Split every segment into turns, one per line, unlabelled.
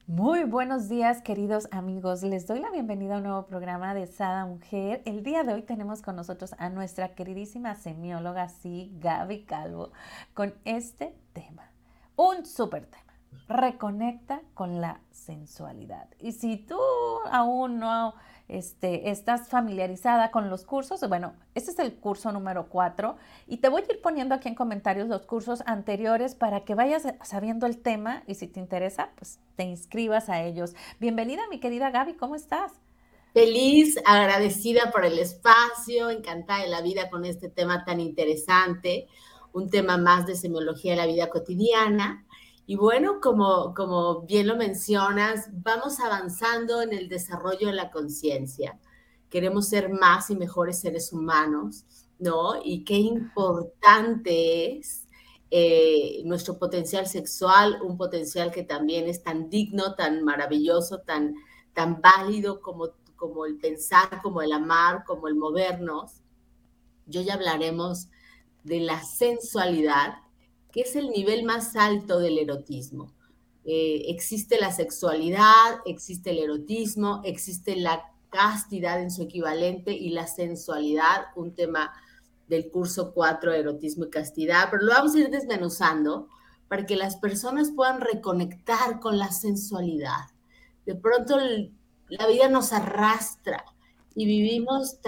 Muy buenos días, queridos amigos. Les doy la bienvenida a un nuevo programa de Sada Mujer. El día de hoy tenemos con nosotros a nuestra queridísima semióloga, sí, Gaby Calvo, con este tema. Un súper tema. Reconecta con la sensualidad. Y si tú aún no estás familiarizada con los cursos, bueno, este es el curso número 4 y te voy a ir poniendo aquí en comentarios los cursos anteriores para que vayas sabiendo el tema y si te interesa, pues te inscribas a ellos. Bienvenida, mi querida Gaby, ¿cómo estás?
Feliz, agradecida por el espacio, encantada de la vida con este tema tan interesante, un tema más de semiología de la vida cotidiana. Y bueno, como bien lo mencionas, vamos avanzando en el desarrollo de la conciencia. Queremos ser más y mejores seres humanos, ¿no? Y qué importante es nuestro potencial sexual, un potencial que también es tan digno, tan maravilloso, tan válido como el pensar, como el amar, como el movernos. Yo ya hablaremos de la sensualidad, que es el nivel más alto del erotismo. Existe la sexualidad, existe el erotismo, existe la castidad en su equivalente y la sensualidad, un tema del curso 4, erotismo y castidad, pero lo vamos a ir desmenuzando para que las personas puedan reconectar con la sensualidad. De pronto la vida nos arrastra y vivimos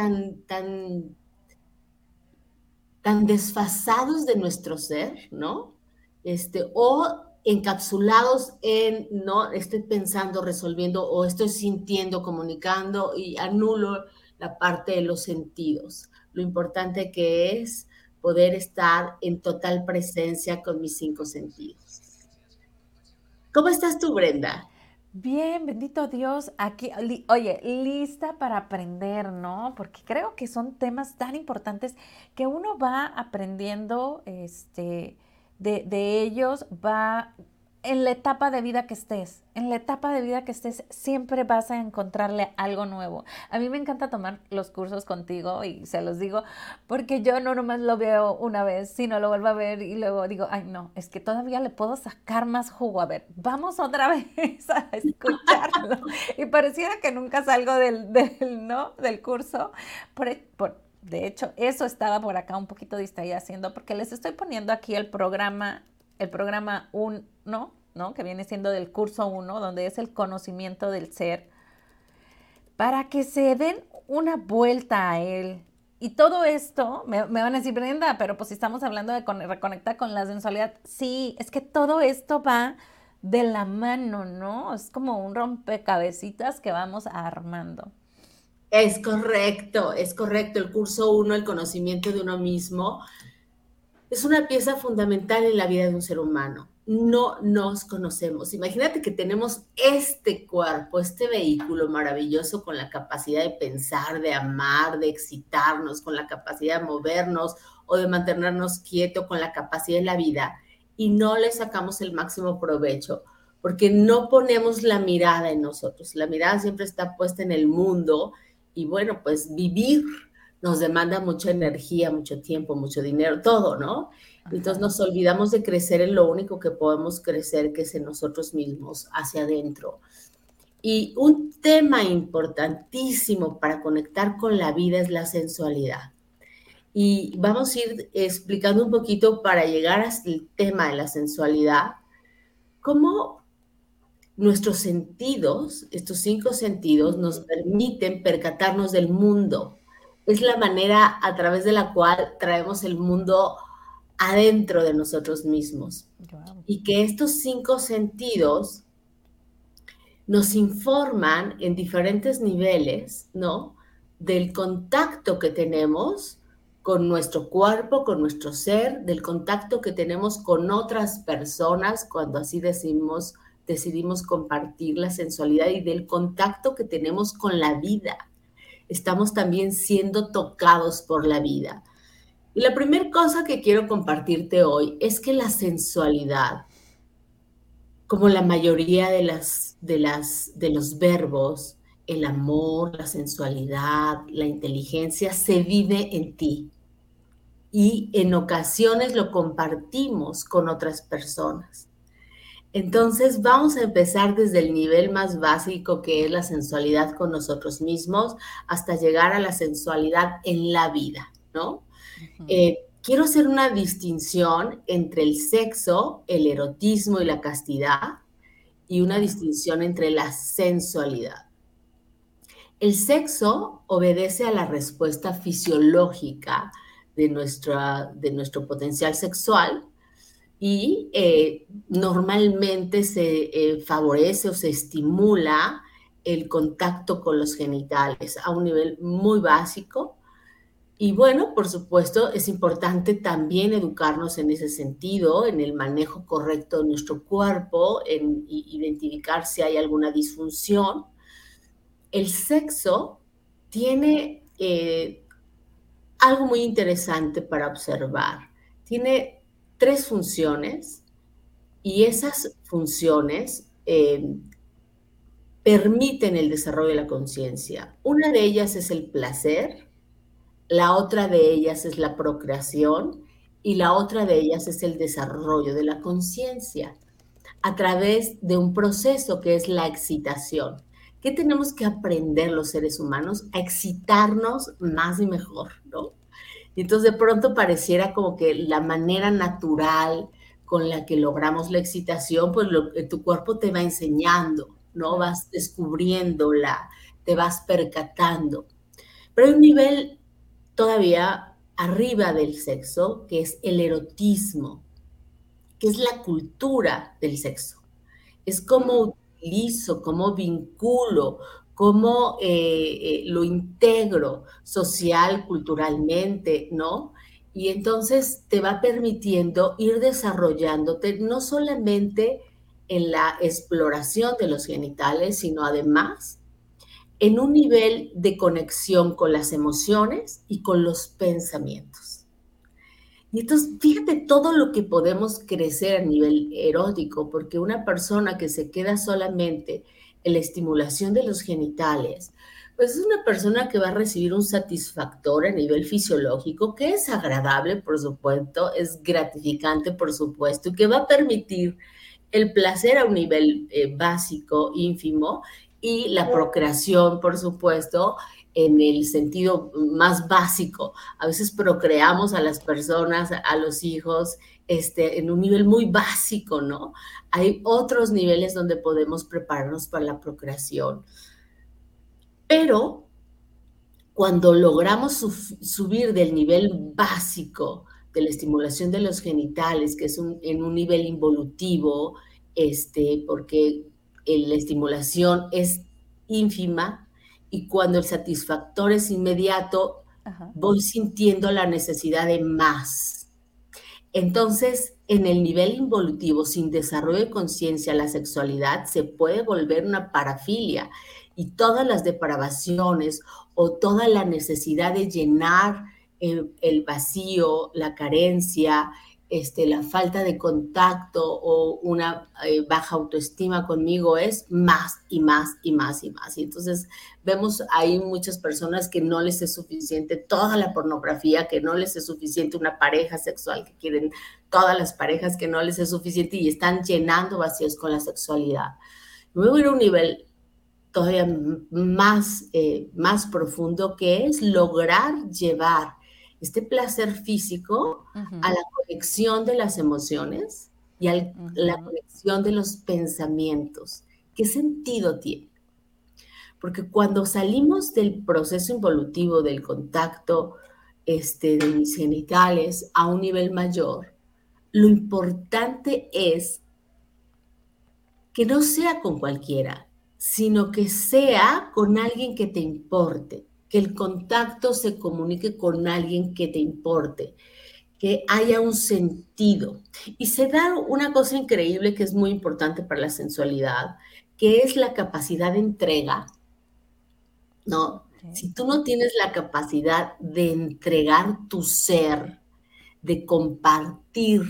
tan desfasados de nuestro ser, ¿no? O encapsulados en, no, estoy pensando, resolviendo, o estoy sintiendo, comunicando, y anulo la parte de los sentidos. Lo importante que es poder estar en total presencia con mis 5 sentidos. ¿Cómo estás tú, Brenda?
Bien, bendito Dios, aquí, oye, lista para aprender, ¿no? Porque creo que son temas tan importantes que uno va aprendiendo, de ellos, va en la etapa de vida que estés, en la etapa de vida que estés, siempre vas a encontrarle algo nuevo. A mí me encanta tomar los cursos contigo y se los digo, porque yo no nomás lo veo una vez, sino lo vuelvo a ver y luego digo, ay no, es que todavía le puedo sacar más jugo. A ver, vamos otra vez a escucharlo. Y pareciera que nunca salgo ¿no? del curso. De hecho, eso estaba por acá un poquito distraída haciendo, porque les estoy poniendo aquí el programa 1, ¿no? Que viene siendo del curso 1, donde es el conocimiento del ser, para que se den una vuelta a él. Y todo esto, me van a decir, Brenda, pero pues si estamos hablando de reconectar con la sensualidad, sí, es que todo esto va de la mano, ¿no? Es como un rompecabecitas que vamos armando.
Es correcto. El curso 1, el conocimiento de uno mismo, es una pieza fundamental en la vida de un ser humano. No nos conocemos. Imagínate que tenemos este cuerpo, este vehículo maravilloso con la capacidad de pensar, de amar, de excitarnos, con la capacidad de movernos o de mantenernos quietos, con la capacidad de la vida, y no le sacamos el máximo provecho porque no ponemos la mirada en nosotros. La mirada siempre está puesta en el mundo y bueno, pues vivir nos demanda mucha energía, mucho tiempo, mucho dinero, todo, ¿no? Entonces
Ajá.
nos olvidamos de crecer en lo único que podemos crecer, que es en nosotros mismos, hacia adentro. Y un tema importantísimo para conectar con la vida es la sensualidad. Y vamos a ir explicando un poquito para llegar hasta el tema de la sensualidad, cómo nuestros sentidos, estos 5 sentidos, nos permiten percatarnos del mundo. Es la manera a través de la cual traemos el mundo adentro de nosotros mismos.
Wow.
Y que estos 5 sentidos nos informan en diferentes niveles, ¿no? Del contacto que tenemos con nuestro cuerpo, con nuestro ser, del contacto que tenemos con otras personas cuando así decidimos compartir la sensualidad y del contacto que tenemos con la vida. Estamos también siendo tocados por la vida. Y la primera cosa que quiero compartirte hoy es que la sensualidad, como la mayoría de los verbos, el amor, la sensualidad, la inteligencia, se vive en ti y en ocasiones lo compartimos con otras personas. Entonces vamos a empezar desde el nivel más básico, que es la sensualidad con nosotros mismos, hasta llegar a la sensualidad en la vida, ¿no?
Ujú.
Quiero hacer una distinción entre el sexo, el erotismo y la castidad, y una
Claro.
distinción entre la sensualidad. El sexo obedece a la respuesta fisiológica de nuestro potencial sexual y normalmente se favorece o se estimula el contacto con los genitales a un nivel muy básico. Y bueno, por supuesto, es importante también educarnos en ese sentido, en el manejo correcto de nuestro cuerpo, en identificar si hay alguna disfunción. El sexo tiene algo muy interesante para observar. Tiene tres funciones y esas funciones permiten el desarrollo de la conciencia. Una de ellas es el placer, la otra de ellas es la procreación y la otra de ellas es el desarrollo de la conciencia a través de un proceso que es la excitación. ¿Qué tenemos que aprender los seres humanos? A excitarnos más y mejor, ¿no? Y entonces de pronto pareciera como que la manera natural con la que logramos la excitación, pues tu cuerpo te va enseñando, ¿no?
Claro.
Vas descubriéndola, te vas percatando. Pero hay un nivel todavía arriba del sexo, que es el erotismo, que es la cultura del sexo. Es cómo utilizo, cómo vinculo, cómo lo integro social, culturalmente, ¿no? Y entonces te va permitiendo ir desarrollándote no solamente en la exploración de los genitales, sino además en un nivel de conexión con las emociones y con los pensamientos. Y entonces, fíjate todo lo que podemos crecer a nivel erótico, porque una persona que se queda solamente en la estimulación de los genitales, pues es una persona que va a recibir un satisfactor a nivel fisiológico, que es agradable, por supuesto, es gratificante, por supuesto, y que va a permitir el placer a un nivel básico, ínfimo, y la procreación, por supuesto, en el sentido más básico. A veces procreamos a las personas, a los hijos, en un nivel muy básico, ¿no? Hay otros niveles donde podemos prepararnos para la procreación. Pero cuando logramos subir del nivel básico de la estimulación de los genitales, que es en un nivel involutivo, porque la estimulación es ínfima y cuando el satisfactor es inmediato,
Ajá.
voy sintiendo la necesidad de más. Entonces, en el nivel involutivo, sin desarrollo de conciencia, la sexualidad se puede volver una parafilia y todas las depravaciones o toda la necesidad de llenar el vacío, la carencia, la falta de contacto o una baja autoestima conmigo es más y más y más y más. Y entonces vemos ahí muchas personas que no les es suficiente toda la pornografía, que no les es suficiente una pareja sexual, que quieren todas las parejas, que no les es suficiente y están llenando vacíos con la sexualidad. Luego ir a un nivel todavía más profundo, que es lograr llevar este placer físico a
Ujú.
la conexión de las emociones y a la
Ujú.
conexión de los pensamientos. ¿Qué sentido tiene? Porque cuando salimos del proceso involutivo del contacto de mis genitales a un nivel mayor, lo importante es que no sea con cualquiera, sino que sea con alguien que te importe, que el contacto se comunique con alguien que te importe, que haya un sentido. Y se da una cosa increíble que es muy importante para la sensualidad, que es la capacidad de entrega, ¿no?
Ok.
Si tú no tienes la capacidad de entregar tu ser, de compartir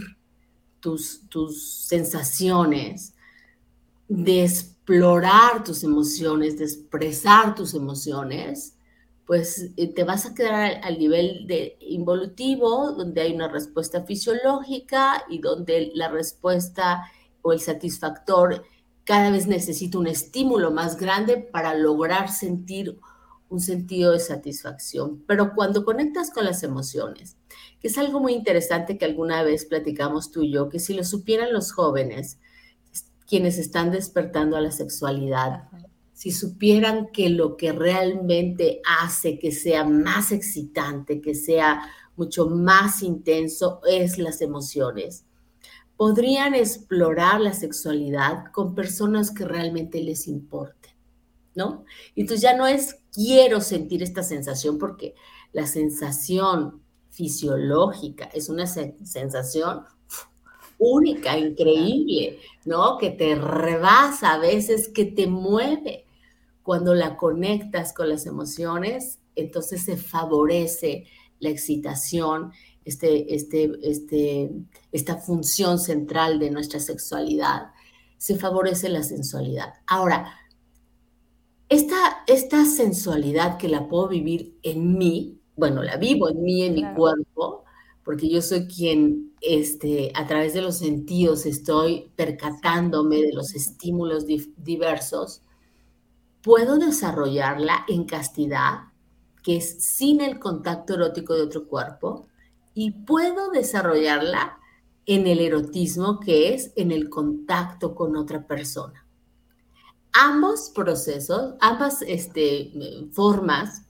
tus sensaciones, de explorar tus emociones, de expresar tus emociones, pues te vas a quedar al nivel de involutivo, donde hay una respuesta fisiológica y donde la respuesta o el satisfactor cada vez necesita un estímulo más grande para lograr sentir un sentido de satisfacción. Pero cuando conectas con las emociones, que es algo muy interesante que alguna vez platicamos tú y yo, que si lo supieran los jóvenes, quienes están despertando a la sexualidad,
Ajá.
si supieran que lo que realmente hace que sea más excitante, que sea mucho más intenso, es las emociones, podrían explorar la sexualidad con personas que realmente les importen, ¿no? Entonces ya no es quiero sentir esta sensación, porque la sensación fisiológica es una sensación única,
Claro.
increíble, ¿no? Que te rebasa a veces, que te mueve. Cuando la conectas con las emociones, entonces se favorece la excitación, esta función central de nuestra sexualidad, se favorece la sensualidad. Ahora, esta sensualidad que la puedo vivir en mí, bueno, la vivo en mí, en mi
Claro.
cuerpo, porque yo soy quien, a través de los sentidos estoy
Sí.
percatándome de los
Ujú.
estímulos diversos, puedo desarrollarla en castidad, que es sin el contacto erótico de otro cuerpo, y puedo desarrollarla en el erotismo, que es en el contacto con otra persona. Ambos procesos, ambas formas,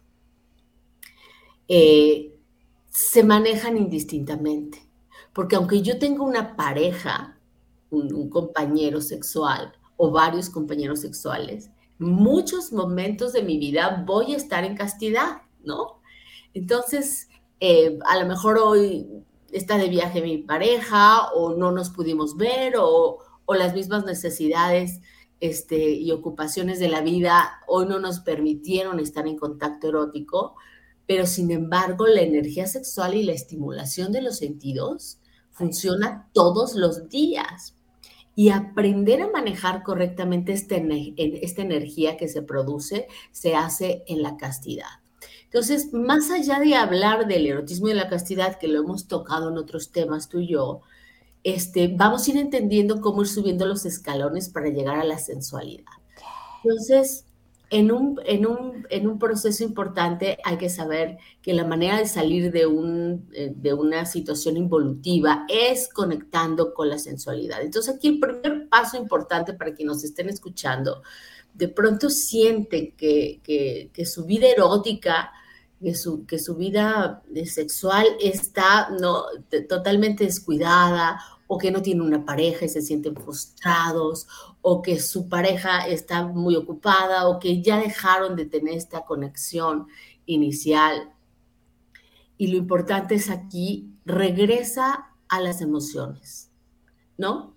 eh, se manejan indistintamente. Porque aunque yo tenga una pareja, un compañero sexual o varios compañeros sexuales, muchos momentos de mi vida voy a estar en castidad, ¿no? Entonces, a lo mejor hoy está de viaje mi pareja o no nos pudimos ver o las mismas necesidades y ocupaciones de la vida hoy no nos permitieron estar en contacto erótico, pero sin embargo la energía sexual y la estimulación de los sentidos
Ahí está.
funciona todos los días. Y aprender a manejar correctamente esta energía que se produce se hace en la castidad. Entonces, más allá de hablar del erotismo y de la castidad, que lo hemos tocado en otros temas tú y yo, vamos a ir entendiendo cómo ir subiendo los escalones para llegar a la sensualidad. Entonces, en un proceso importante hay que saber que la manera de salir de una situación involutiva es conectando con la sensualidad. Entonces, aquí el primer paso importante para quienes nos estén escuchando, de pronto sienten que su vida erótica, que su vida sexual está, ¿no?, totalmente descuidada, o que no tienen una pareja y se sienten frustrados, o que su pareja está muy ocupada, o que ya dejaron de tener esta conexión inicial. Y lo importante es aquí, regresa a las emociones, ¿no?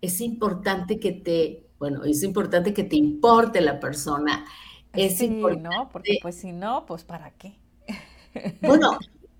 Es importante que te importe la persona, es
Sí, ¿no? Porque
importante,
pues si no, pues ¿para qué?
bueno,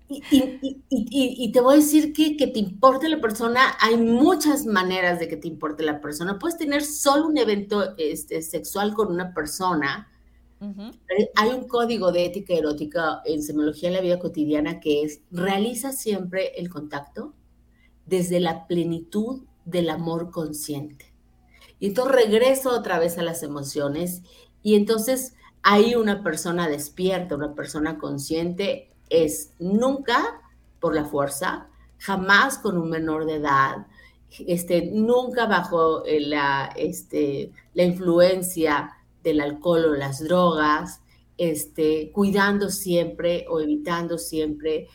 y te voy a decir que te importe la persona, hay muchas maneras de que te importe la persona. Puedes tener solo un evento sexual con una persona.
Ujú.
Hay un código de ética erótica en semiología de la vida cotidiana que es: realiza siempre el contacto desde la plenitud del amor consciente. Y entonces regreso otra vez a las emociones y entonces ahí una persona despierta, una persona consciente es nunca por la fuerza, jamás con un menor de edad, nunca bajo la influencia del alcohol o las drogas, cuidando siempre o evitando siempre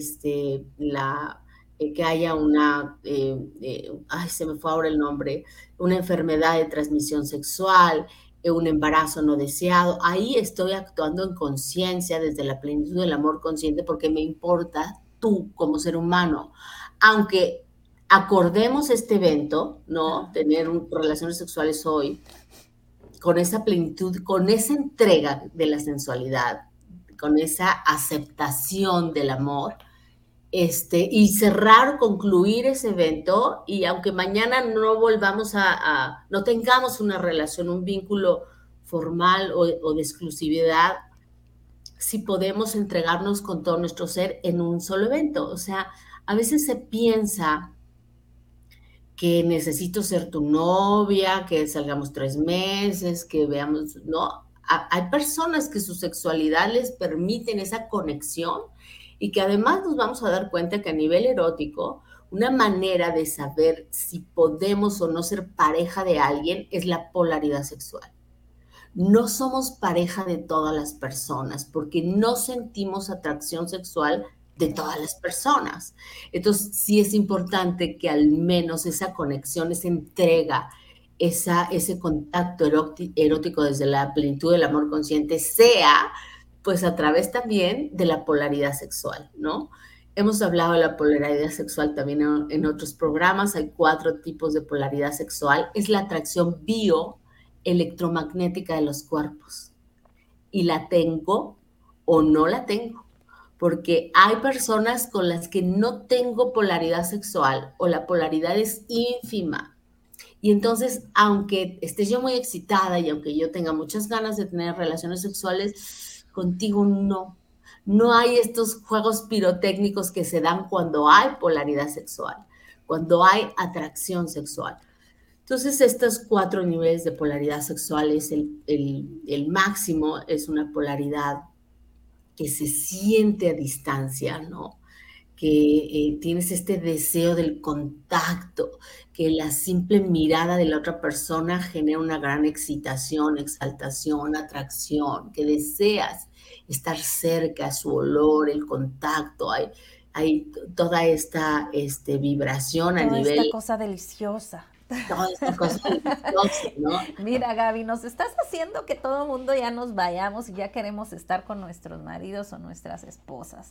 que haya ay, se me fue ahora el nombre, una enfermedad de transmisión sexual, un embarazo no deseado. Ahí estoy actuando en conciencia desde la plenitud del amor consciente porque me importa tú como ser humano. Aunque acordemos este evento, ¿no?
Ajá.
Tener relaciones sexuales hoy, con esa plenitud, con esa entrega de la sensualidad, con esa aceptación del amor, y cerrar, concluir ese evento, y aunque mañana no volvamos no tengamos una relación, un vínculo formal o de exclusividad, si podemos entregarnos con todo nuestro ser en un solo evento. O sea, a veces se piensa que necesito ser tu novia, que salgamos 3 meses, que veamos, ¿no? Hay personas que su sexualidad les permiten esa conexión y que además nos vamos a dar cuenta que a nivel erótico, una manera de saber si podemos o no ser pareja de alguien es la polaridad sexual. No somos pareja de todas las personas porque no sentimos atracción sexual de todas las personas. Entonces, sí es importante que al menos esa conexión, esa entrega, ese contacto erótico desde la plenitud del amor consciente sea, pues a través también de la polaridad sexual, ¿no? Hemos hablado de la polaridad sexual también en otros programas. Hay 4 tipos de polaridad sexual. Es la atracción electromagnética de los cuerpos. Y la tengo o no la tengo. Porque hay personas con las que no tengo polaridad sexual o la polaridad es ínfima. Y entonces, aunque esté yo muy excitada y aunque yo tenga muchas ganas de tener relaciones sexuales, contigo no. No hay estos juegos pirotécnicos que se dan cuando hay polaridad sexual, cuando hay atracción sexual. Entonces, estos 4 niveles de polaridad sexual es el máximo, es una polaridad que se siente a distancia, ¿no? Que tienes este deseo del contacto, que la simple mirada de la otra persona genera una gran excitación, exaltación, atracción, que deseas estar cerca, su olor, el contacto, hay toda esta vibración a
Toda
nivel,
esta cosa deliciosa.
toda esta cosa deliciosa, ¿no?
Mira, Gaby, nos estás haciendo que todo el mundo ya nos vayamos y ya queremos estar con nuestros maridos o nuestras esposas.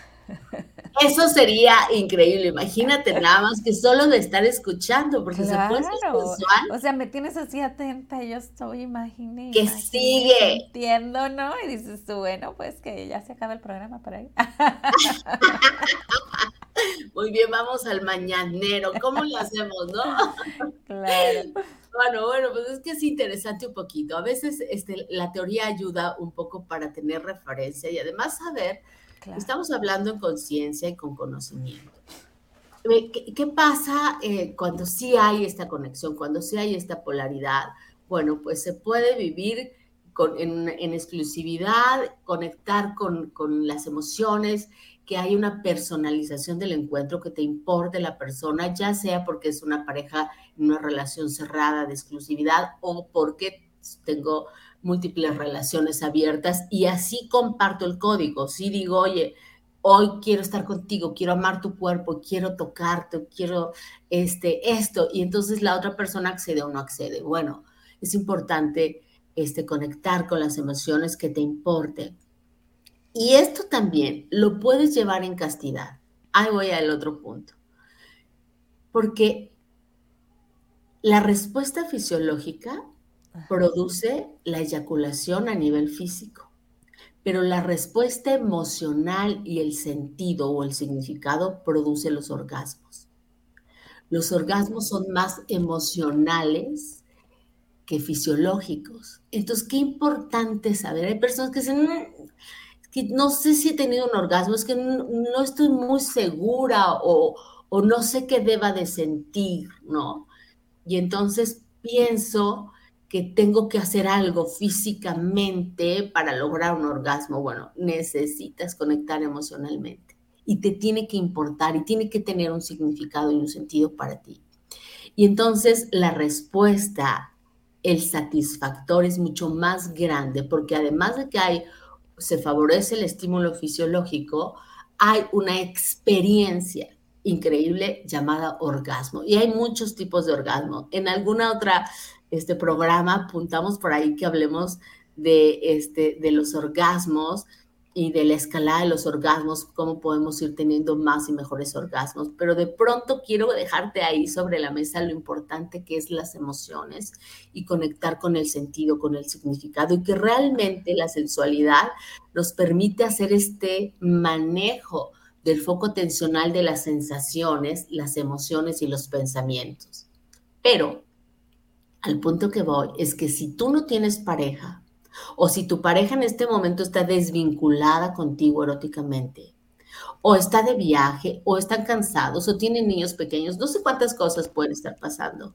Eso sería increíble. Imagínate nada más que solo de estar escuchando, porque se puede ser
Claro,
sensual,
o sea, me tienes así atenta y yo estoy,
que sigue.
sintiendo, ¿no? Y dices tú, bueno, pues que ya se acaba el programa por ahí.
Muy bien, vamos al mañanero. ¿Cómo lo hacemos, no?
Claro,
Bueno, pues es que es interesante un poquito. A veces la teoría ayuda un poco para tener referencia y además saber que
claro.
estamos hablando en conciencia y con conocimiento. ¿Qué pasa cuando sí hay esta conexión, cuando sí hay esta polaridad? Bueno, pues se puede vivir en exclusividad, conectar con las emociones, que hay una personalización del encuentro, que te importe la persona, ya sea porque es una pareja en una relación cerrada de exclusividad o porque tengo múltiples relaciones abiertas y así comparto el código. Sí digo, oye, hoy quiero estar contigo, quiero amar tu cuerpo, quiero tocarte, quiero esto, y entonces la otra persona accede o no accede. Bueno, es importante conectar con las emociones que te importen. Y esto también lo puedes llevar en castidad. Ahí voy al otro punto. Porque la respuesta fisiológica produce la eyaculación a nivel físico. Pero la respuesta emocional y el sentido o el significado produce los orgasmos. Los orgasmos son más emocionales que fisiológicos. Entonces, qué importante saber. Hay personas que dicen, es que no sé si he tenido un orgasmo, es que no estoy muy segura o no sé qué deba de sentir, ¿no? Y entonces pienso que tengo que hacer algo físicamente para lograr un orgasmo. Bueno, necesitas conectar emocionalmente y te tiene que importar y tiene que tener un significado y un sentido para ti. Y entonces la respuesta, el satisfactor es mucho más grande porque además de que se favorece el estímulo fisiológico, hay una experiencia increíble llamada orgasmo. Y hay muchos tipos de orgasmo. En alguna otra programa apuntamos por ahí que hablemos de los orgasmos y de la escalada de los orgasmos, cómo podemos ir teniendo más y mejores orgasmos. Pero de pronto quiero dejarte ahí sobre la mesa lo importante que es las emociones y conectar con el sentido, con el significado y que realmente la sensualidad nos permite hacer este manejo del foco tensional de las sensaciones, las emociones y los pensamientos. Pero al punto que voy es que si tú no tienes pareja o si tu pareja en este momento está desvinculada contigo eróticamente, o está de viaje, o están cansados, o tienen niños pequeños, no sé cuántas cosas pueden estar pasando.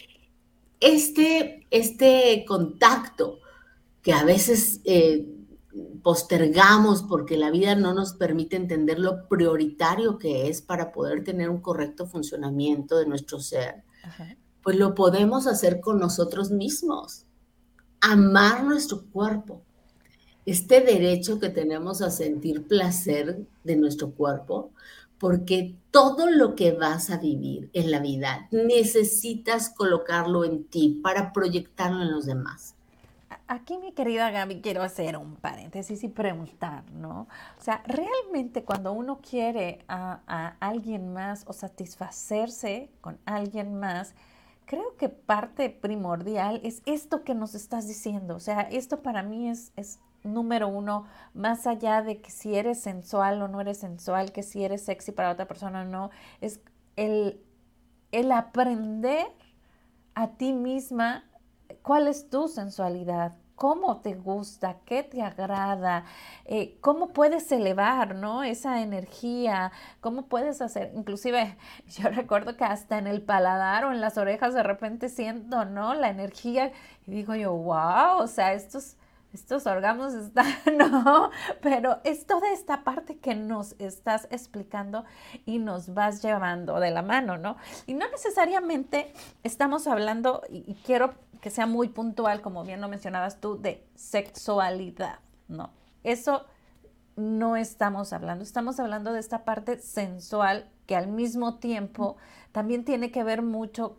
Este contacto que a veces postergamos porque la vida no nos permite entender lo prioritario que es para poder tener un correcto funcionamiento de nuestro ser,
Ajá.
pues lo podemos hacer con nosotros mismos. Amar nuestro cuerpo, este derecho que tenemos a sentir placer de nuestro cuerpo, porque todo lo que vas a vivir en la vida necesitas colocarlo en ti para proyectarlo en los demás.
Aquí, mi querida Gaby, quiero hacer un paréntesis y preguntar, ¿no? O sea, realmente cuando uno quiere a alguien más o satisfacerse con alguien más, creo que parte primordial es esto que nos estás diciendo. O sea, esto para mí es número uno, más allá de que si eres sensual o no eres sensual, que si eres sexy para otra persona o no, es el, el aprender a ti misma cuál es tu sensualidad, cómo te gusta, qué te agrada, cómo puedes elevar, ¿no? Esa energía, cómo puedes hacer, inclusive yo recuerdo que hasta en el paladar o en las orejas de repente siento, ¿no? La energía y digo yo, wow, o sea, estos órganos están, ¿no? Pero es toda esta parte que nos estás explicando y nos vas llevando de la mano, ¿no? Y no necesariamente estamos hablando, y quiero que sea muy puntual, como bien lo mencionabas tú, de sexualidad, ¿no? Eso no estamos hablando de esta parte sensual que al mismo tiempo también tiene que ver mucho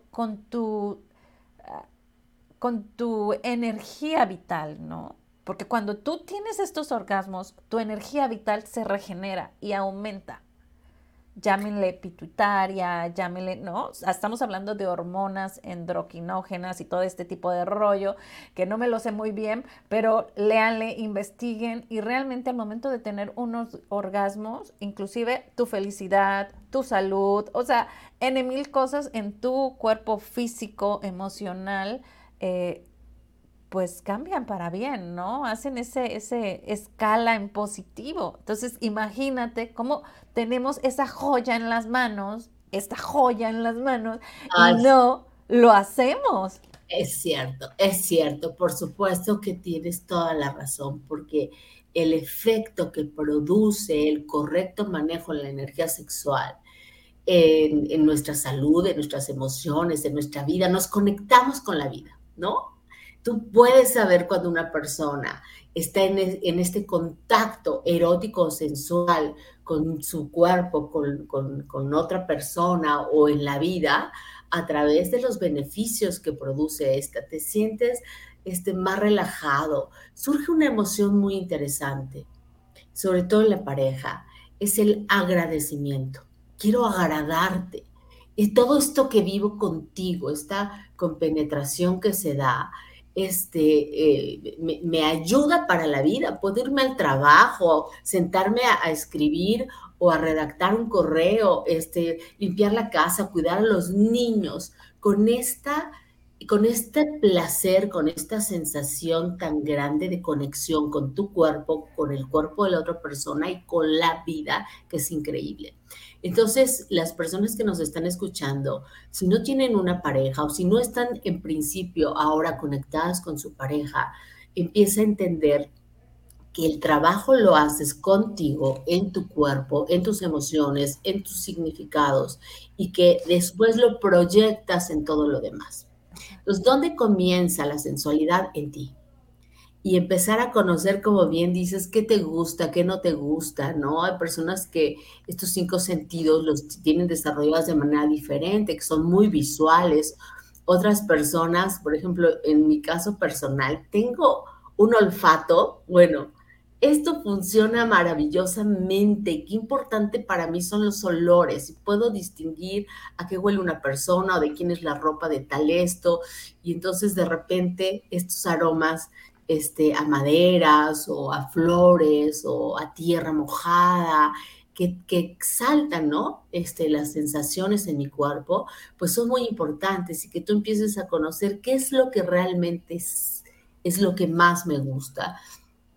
con tu energía vital, ¿no? Porque cuando tú tienes estos orgasmos, tu energía vital se regenera y aumenta. Llámenle pituitaria, llámenle, ¿no? Estamos hablando de hormonas endocrinágenas y todo este tipo de rollo, que no me lo sé muy bien, pero léanle, investiguen y realmente al momento de tener unos orgasmos, inclusive tu felicidad, tu salud, o sea, en mil cosas en tu cuerpo físico, emocional, eh, pues cambian para bien, ¿no? Hacen ese escala en positivo. Entonces, imagínate cómo tenemos esa joya en las manos, esta joya en las manos, y
Ay,
no lo hacemos.
es cierto, por supuesto que tienes toda la razón, porque el efecto que produce el correcto manejo de la energía sexual en nuestra salud, en nuestras emociones, en nuestra vida, nos conectamos con la vida, ¿no? Tú puedes saber cuando una persona está en este contacto erótico o sensual con su cuerpo, con otra persona o en la vida, a través de los beneficios que produce esta. Te sientes más relajado. Surge una emoción muy interesante, sobre todo en la pareja, es el agradecimiento. Quiero agradarte. Y todo esto que vivo contigo, esta compenetración que se da, me ayuda para la vida. Puedo irme al trabajo, sentarme a escribir o a redactar un correo, limpiar la casa, cuidar a los niños, con este placer, con esta sensación tan grande de conexión con tu cuerpo, con el cuerpo de la otra persona y con la vida, que es increíble. Entonces, las personas que nos están escuchando, si no tienen una pareja o si no están en principio ahora conectadas con su pareja, empieza a entender que el trabajo lo haces contigo, en tu cuerpo, en tus emociones, en tus significados y que después lo proyectas en todo lo demás. Entonces, ¿dónde comienza la sensualidad? En ti. Y empezar a conocer, como bien dices, qué te gusta, qué no te gusta, ¿no? Hay personas que estos 5 sentidos los tienen desarrollados de manera diferente, que son muy visuales. Otras personas, por ejemplo, en mi caso personal, tengo un olfato, bueno, esto funciona maravillosamente. Qué importante para mí son los olores. Y puedo distinguir a qué huele una persona o de quién es la ropa de tal esto. Y entonces de repente estos aromas a maderas o a flores o a tierra mojada, que exaltan, ¿no? Las sensaciones en mi cuerpo, pues son muy importantes y que tú empieces a conocer qué es lo que realmente es lo que más me gusta.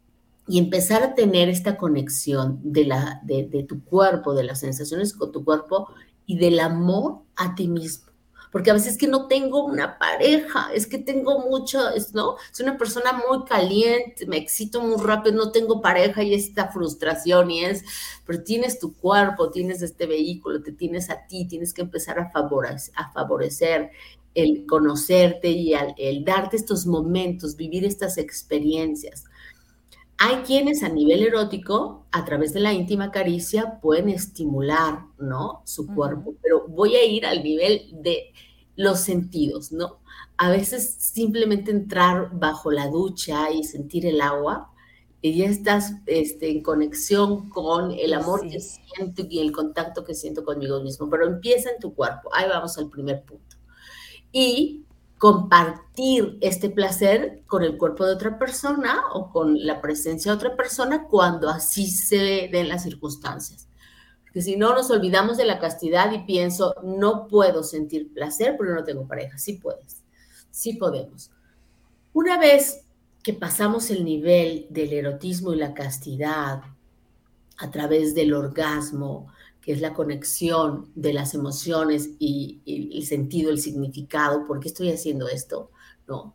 y empezar a tener esta conexión de tu cuerpo, de las sensaciones con tu cuerpo y del amor a ti mismo. Porque a veces es que no tengo una pareja, es que tengo mucho, ¿no? Soy una persona muy caliente, me excito muy rápido, no tengo pareja y esta frustración pero tienes tu cuerpo, tienes este vehículo, te tienes a ti, tienes que empezar a favorecer el conocerte y el darte estos momentos, vivir estas experiencias. Hay quienes a nivel erótico, a través de la íntima caricia, pueden estimular, ¿no? Su
Ujú.
cuerpo, pero voy a ir al nivel de los sentidos, ¿no? A veces simplemente entrar bajo la ducha y sentir el agua, y ya estás en conexión con el
Y
amor que
sí.
siento y el contacto que siento conmigo mismo, pero empieza en tu cuerpo. Ahí vamos al primer punto y compartir este placer con el cuerpo de otra persona o con la presencia de otra persona cuando así se den las circunstancias. Porque si no, nos olvidamos de la castidad y pienso, no puedo sentir placer porque no tengo pareja. Sí puedes, sí podemos. Una vez que pasamos el nivel del erotismo y la castidad a través del orgasmo, que es la conexión de las emociones y el sentido, el significado, ¿por qué estoy haciendo esto? ¿No?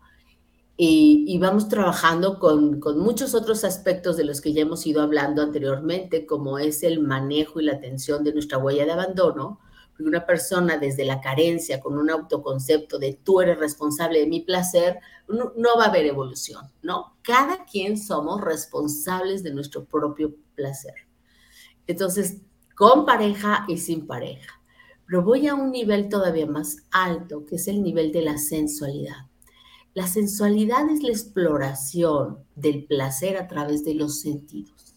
Y vamos trabajando con muchos otros aspectos de los que ya hemos ido hablando anteriormente, como es el manejo y la atención de nuestra huella de abandono, porque una persona desde la carencia, con un autoconcepto de tú eres responsable de mi placer, no va a haber evolución, ¿no? Cada quien somos responsables de nuestro propio placer. Entonces, con pareja y sin pareja. Pero voy a un nivel todavía más alto, que es el nivel de la sensualidad. La sensualidad es la exploración del placer a través de los sentidos.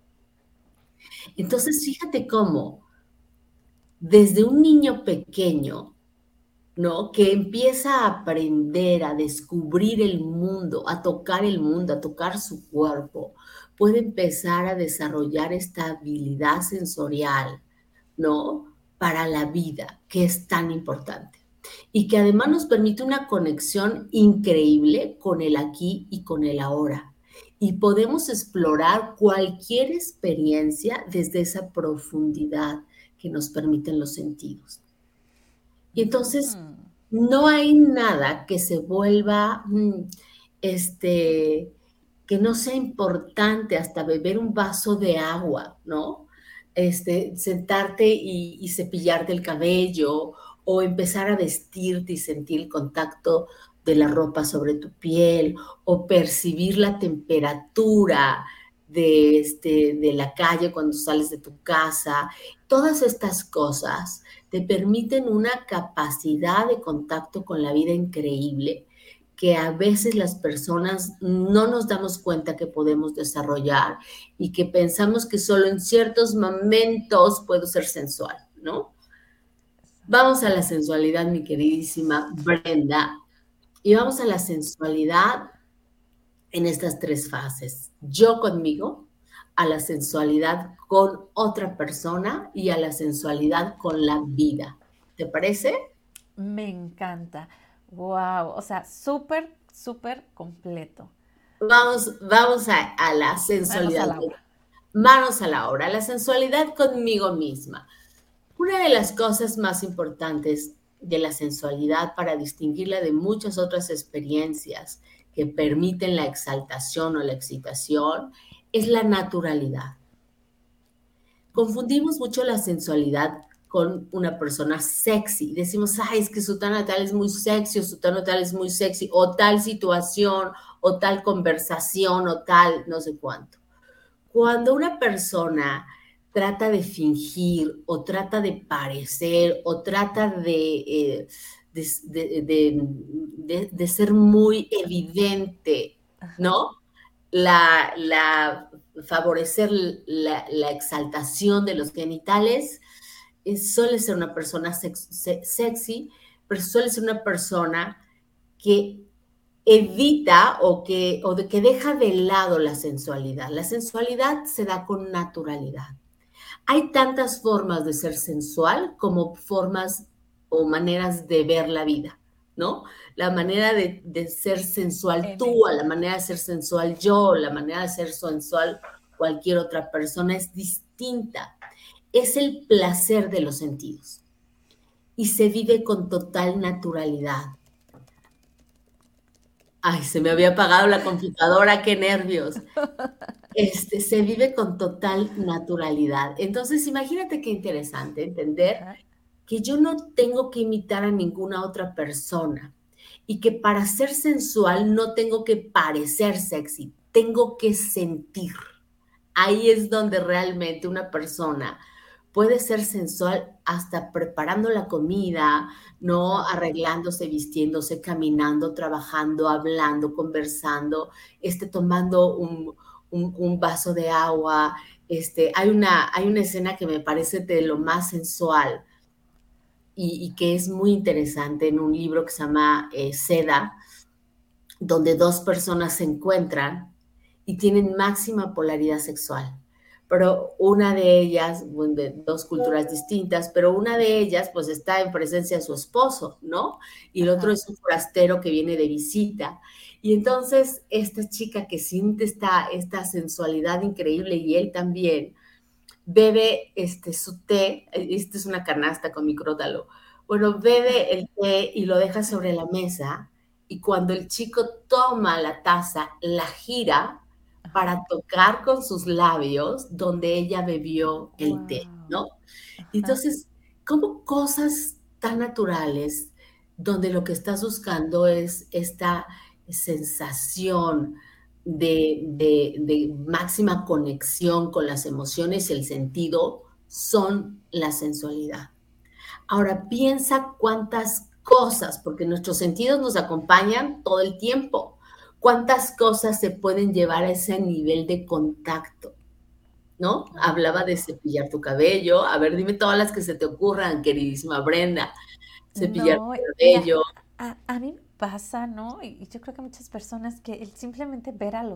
Entonces, fíjate cómo desde un niño pequeño, ¿no? Que empieza a aprender, a descubrir el mundo, a tocar el mundo, a tocar su cuerpo, puede empezar a desarrollar esta habilidad sensorial, ¿no? Para la vida, que es tan importante. Y que además nos permite una conexión increíble con el aquí y con el ahora. Y podemos explorar cualquier experiencia desde esa profundidad que nos permiten los sentidos. Y entonces
Mm.
no hay nada que se vuelva, que no sea importante hasta beber un vaso de agua, ¿no? Sentarte y cepillarte el cabello o empezar a vestirte y sentir el contacto de la ropa sobre tu piel o percibir la temperatura de la calle cuando sales de tu casa. Todas estas cosas te permiten una capacidad de contacto con la vida increíble que a veces las personas no nos damos cuenta que podemos desarrollar y que pensamos que solo en ciertos momentos puedo ser sensual, ¿no? Vamos a la sensualidad, mi queridísima Brenda, y vamos a la sensualidad en estas tres fases. Yo conmigo, a la sensualidad con otra persona y a la sensualidad con la vida. ¿Te parece?
Me encanta. Wow. O sea, súper, súper completo.
Vamos a la
Manos a
sensualidad.
la obra.
Manos a la obra, la sensualidad conmigo misma. Una de las cosas más importantes de la sensualidad para distinguirla de muchas otras experiencias que permiten la exaltación o la excitación es la naturalidad. Confundimos mucho la sensualidad con una persona sexy. Decimos, ay, es que su tal tal es muy sexy, o su tal tal es muy sexy, o tal situación, o tal conversación, o tal no sé cuánto. Cuando una persona trata de fingir, o trata de parecer, o trata de ser muy evidente,
Ajá.
¿no? La favorecer la exaltación de los genitales, suele ser una persona sexy, pero suele ser una persona que evita o que deja de lado la sensualidad. La sensualidad se da con naturalidad. Hay tantas formas de ser sensual como formas o maneras de ver la vida, ¿no? La manera de ser sensual
En
tú, a
ella.
la manera de ser sensual yo, la manera de ser sensual cualquier otra persona es distinta. Es el placer de los sentidos y se vive con total naturalidad. Ay, se me había apagado la computadora, qué nervios. Se vive con total naturalidad. Entonces, imagínate qué interesante entender
Ajá.
que yo no tengo que imitar a ninguna otra persona y que para ser sensual no tengo que parecer sexy, tengo que sentir. Ahí es donde realmente una persona puede ser sensual hasta preparando la comida, no
Ajá.
arreglándose, vistiéndose, caminando, trabajando, hablando, conversando, tomando un vaso de agua. Hay una escena que me parece de lo más sensual y que es muy interesante en un libro que se llama Seda, donde dos personas se encuentran y tienen máxima polaridad sexual. Pero una de ellas, bueno, de dos culturas distintas, pero una de ellas pues está en presencia de su esposo, ¿no? Y el otro
Ajá.
es un forastero que viene de visita. Y entonces esta chica que siente esta sensualidad increíble y él también, bebe su té, esta es una canasta con micrótalo, bueno, bebe el té y lo deja sobre la mesa y cuando el chico toma la taza, la gira
Ajá.
para tocar con sus labios donde ella bebió el té,
Wow.
¿no?
Ajá.
Entonces, como cosas tan naturales donde lo que estás buscando es esta sensación de máxima conexión con las emociones y el sentido son la sensualidad. Ahora piensa cuántas cosas, porque nuestros sentidos nos acompañan todo el tiempo, cuántas cosas se pueden llevar a ese nivel de contacto, ¿no? Hablaba de
Wow.
cepillar tu cabello. A ver, dime todas las que se te ocurran, queridísima Brenda. Cepillar
No,
tu
mira,
cabello.
a mí me pasa, ¿no? Y yo creo que a muchas personas que el simplemente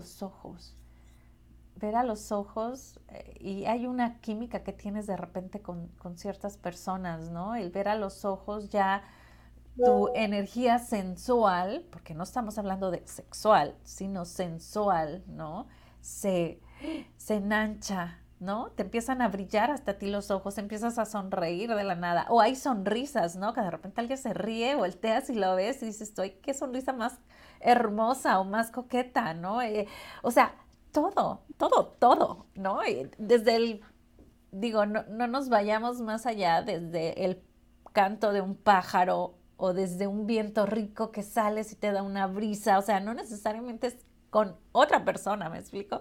ver a los ojos, y hay una química que tienes de repente con ciertas personas, ¿no? El ver a los ojos ya tu energía sensual, porque no estamos hablando de sexual, sino sensual, ¿no? Se, se enancha, ¿no? Te empiezan a brillar hasta a ti los ojos, empiezas a sonreír de la nada. O hay sonrisas, ¿no? Que de repente alguien se ríe, volteas y lo ves y dices, estoy, qué sonrisa más hermosa o más coqueta, ¿no? O sea, todo, ¿no? Desde el, digo, no nos vayamos más allá, desde el canto de un pájaro o desde un viento rico que sales y te da una brisa, o sea, no necesariamente es con otra persona, ¿me explico?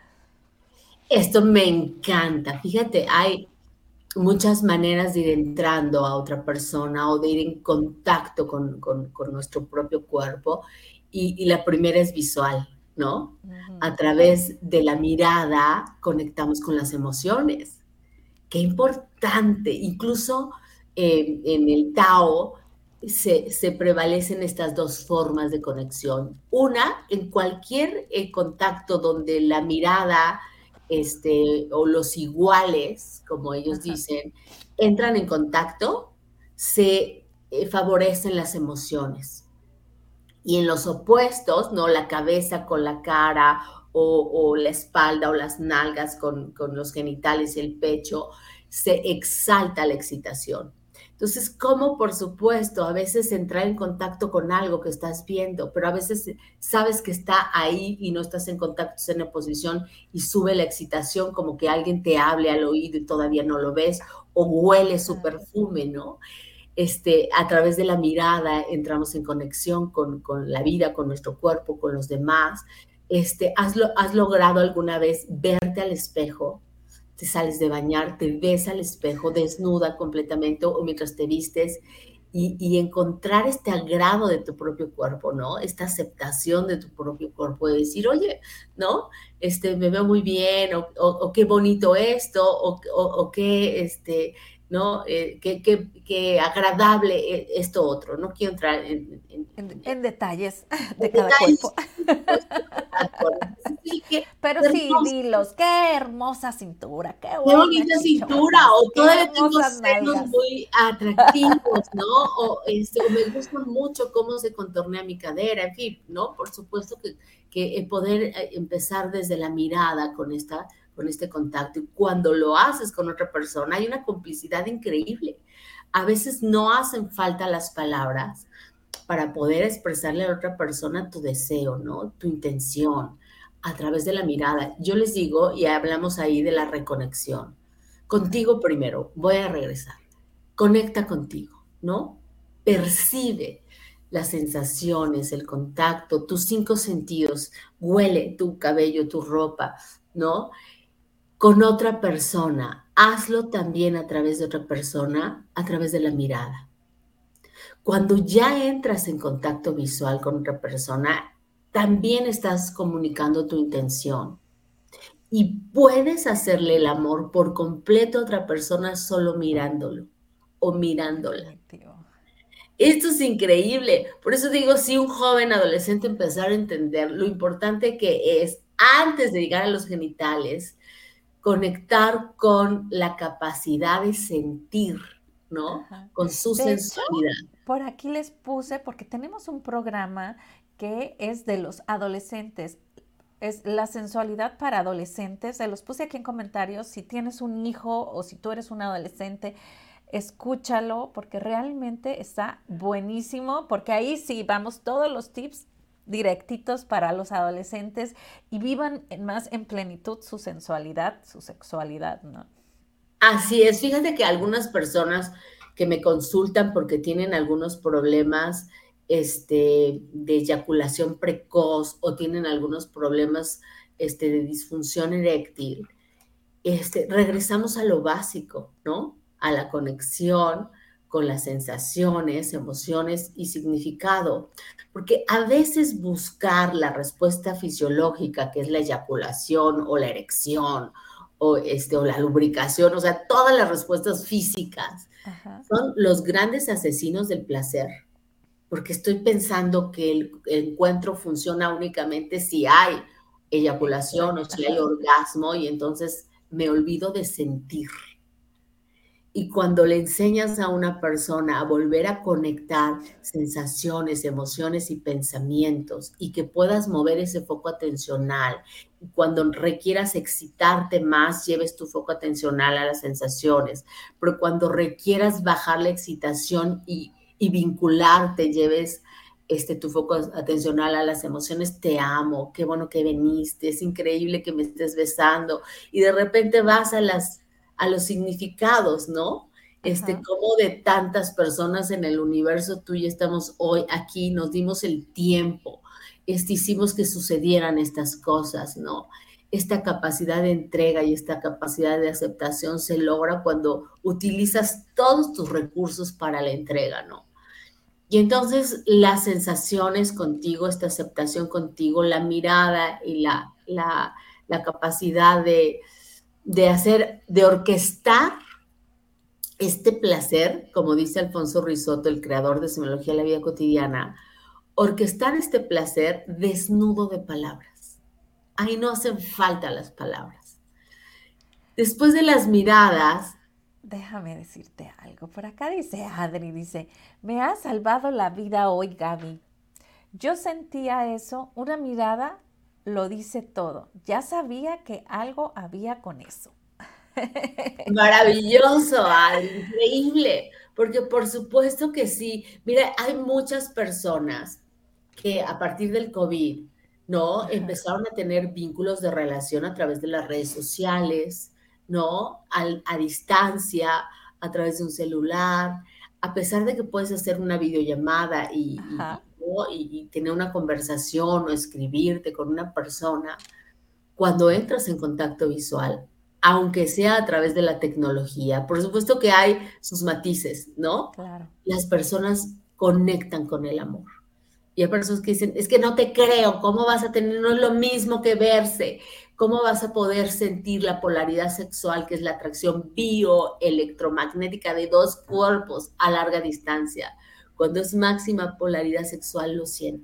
Esto me encanta. Fíjate, hay muchas maneras de ir entrando a otra persona o de ir en contacto con nuestro propio cuerpo y la primera es visual, ¿no? A
Ujú.
través de la mirada conectamos con las emociones. Qué importante. Incluso en el Tao se prevalecen estas dos formas de conexión. Una, en cualquier contacto donde la mirada o los iguales, como ellos
Ajá.
dicen, entran en contacto, se favorecen las emociones. Y en los opuestos, ¿no? La cabeza con la cara o la espalda o las nalgas con los genitales y el pecho, se exalta la excitación. Entonces, como por supuesto, a veces entrar en contacto con algo que estás viendo, pero a veces sabes que está ahí y no estás en contacto, estás en oposición y sube la excitación como que alguien te hable al oído y todavía no lo ves, o huele su
Ajá.
perfume, ¿no? A través de la mirada entramos en conexión con la vida, con nuestro cuerpo, con los demás. ¿Has logrado alguna vez verte al espejo? Te sales de bañar, te ves al espejo desnuda completamente o mientras te vistes y encontrar este agrado de tu propio cuerpo, ¿no? Esta aceptación de tu propio cuerpo, de decir, oye, ¿no? Me veo muy bien, o qué bonito esto, o qué, ¿no? Qué agradable esto otro. No quiero entrar en
En detalles de cada
detalles,
cuerpo.
por supuesto, de cada cuerpo. Entonces, sí que
pero sí,
hermoso,
dilos, qué hermosa cintura, qué
qué
buenas
bonita cintura,
chichotas,
o
qué
todavía tengo
hermosas
senos
nalgas.
muy atractivos, ¿no? O me gusta mucho cómo se contornea mi cadera, en fin, ¿no? Por supuesto que poder empezar desde la mirada con este contacto. Y cuando lo haces con otra persona, hay una complicidad increíble. A veces no hacen falta las palabras para poder expresarle a la otra persona tu deseo, ¿no? Tu intención a través de la mirada. Yo les digo, y hablamos ahí de la reconexión. Contigo primero, voy a regresar. Conecta contigo, ¿no? Percibe las sensaciones, el contacto, tus 5 sentidos, huele tu cabello, tu ropa, ¿no? Con otra persona. Hazlo también a través de otra persona, a través de la mirada. Cuando ya entras en contacto visual con otra persona, también estás comunicando tu intención y puedes hacerle el amor por completo a otra persona solo mirándolo o mirándola.
Definitivo.
Esto es increíble. Por eso digo, si un joven adolescente empezar a entender lo importante que es, antes de llegar a los genitales, conectar con la capacidad de sentir, ¿no?
Ajá.
Con su
De hecho,
sensualidad.
por aquí les puse, porque tenemos un programa que es de los adolescentes, es la sensualidad para adolescentes. Se los puse aquí en comentarios. Si tienes un hijo o si tú eres un adolescente, escúchalo porque realmente está buenísimo, porque ahí sí vamos todos los tips directitos para los adolescentes y vivan más en plenitud su sensualidad, su sexualidad, ¿no?
Así es, fíjate que algunas personas que me consultan porque tienen algunos problemas de eyaculación precoz o tienen algunos problemas de disfunción eréctil, regresamos a lo básico, ¿no? A la conexión con las sensaciones, emociones y significado. Porque a veces buscar la respuesta fisiológica, que es la eyaculación o la erección o la lubricación, o sea, todas las respuestas físicas,
Ajá.
son los grandes asesinos del placer. Porque estoy pensando que el encuentro funciona únicamente si hay eyaculación o si hay
Ajá.
orgasmo y entonces me olvido de sentir. Y cuando le enseñas a una persona a volver a conectar sensaciones, emociones y pensamientos y que puedas mover ese foco atencional, y cuando requieras excitarte más, lleves tu foco atencional a las sensaciones, pero cuando requieras bajar la excitación y vincularte, lleves tu foco atencional a las emociones, te amo, qué bueno que viniste, es increíble que me estés besando, y de repente vas a los significados, ¿no?
Ajá.
Como de tantas personas en el universo, tú y estamos hoy aquí, nos dimos el tiempo, hicimos que sucedieran estas cosas, ¿no? Esta capacidad de entrega y esta capacidad de aceptación se logra cuando utilizas todos tus recursos para la entrega, ¿no? Y entonces las sensaciones contigo, esta aceptación contigo, la mirada y la capacidad de orquestar este placer, como dice Alfonso Risotto, el creador de Semiología de la Vida Cotidiana, orquestar este placer desnudo de palabras. Ahí no hacen falta las palabras. Después de las miradas,
Déjame decirte algo. Por acá dice Adri, dice, me ha salvado la vida hoy, Gaby. Yo sentía eso, una mirada lo dice todo. Ya sabía que algo había con eso.
maravilloso, Adri, increíble, porque por supuesto que sí. Mira, hay muchas personas que a partir del COVID, ¿no?
Ajá.
Empezaron a tener vínculos de relación a través de las redes sociales, ¿no? A distancia, a través de un celular, a pesar de que puedes hacer una videollamada
Ajá.
¿no? y tener una conversación o escribirte con una persona, cuando entras en contacto visual, aunque sea a través de la tecnología, por supuesto que hay sus matices, ¿no?
Claro.
Las personas conectan con el amor. Y hay personas que dicen, es que no te creo, ¿cómo vas a tener? No es lo mismo que verse. ¿Cómo vas a poder sentir la polaridad sexual, que es la atracción bioelectromagnética de dos cuerpos a larga distancia? Cuando es máxima polaridad sexual, lo sientes,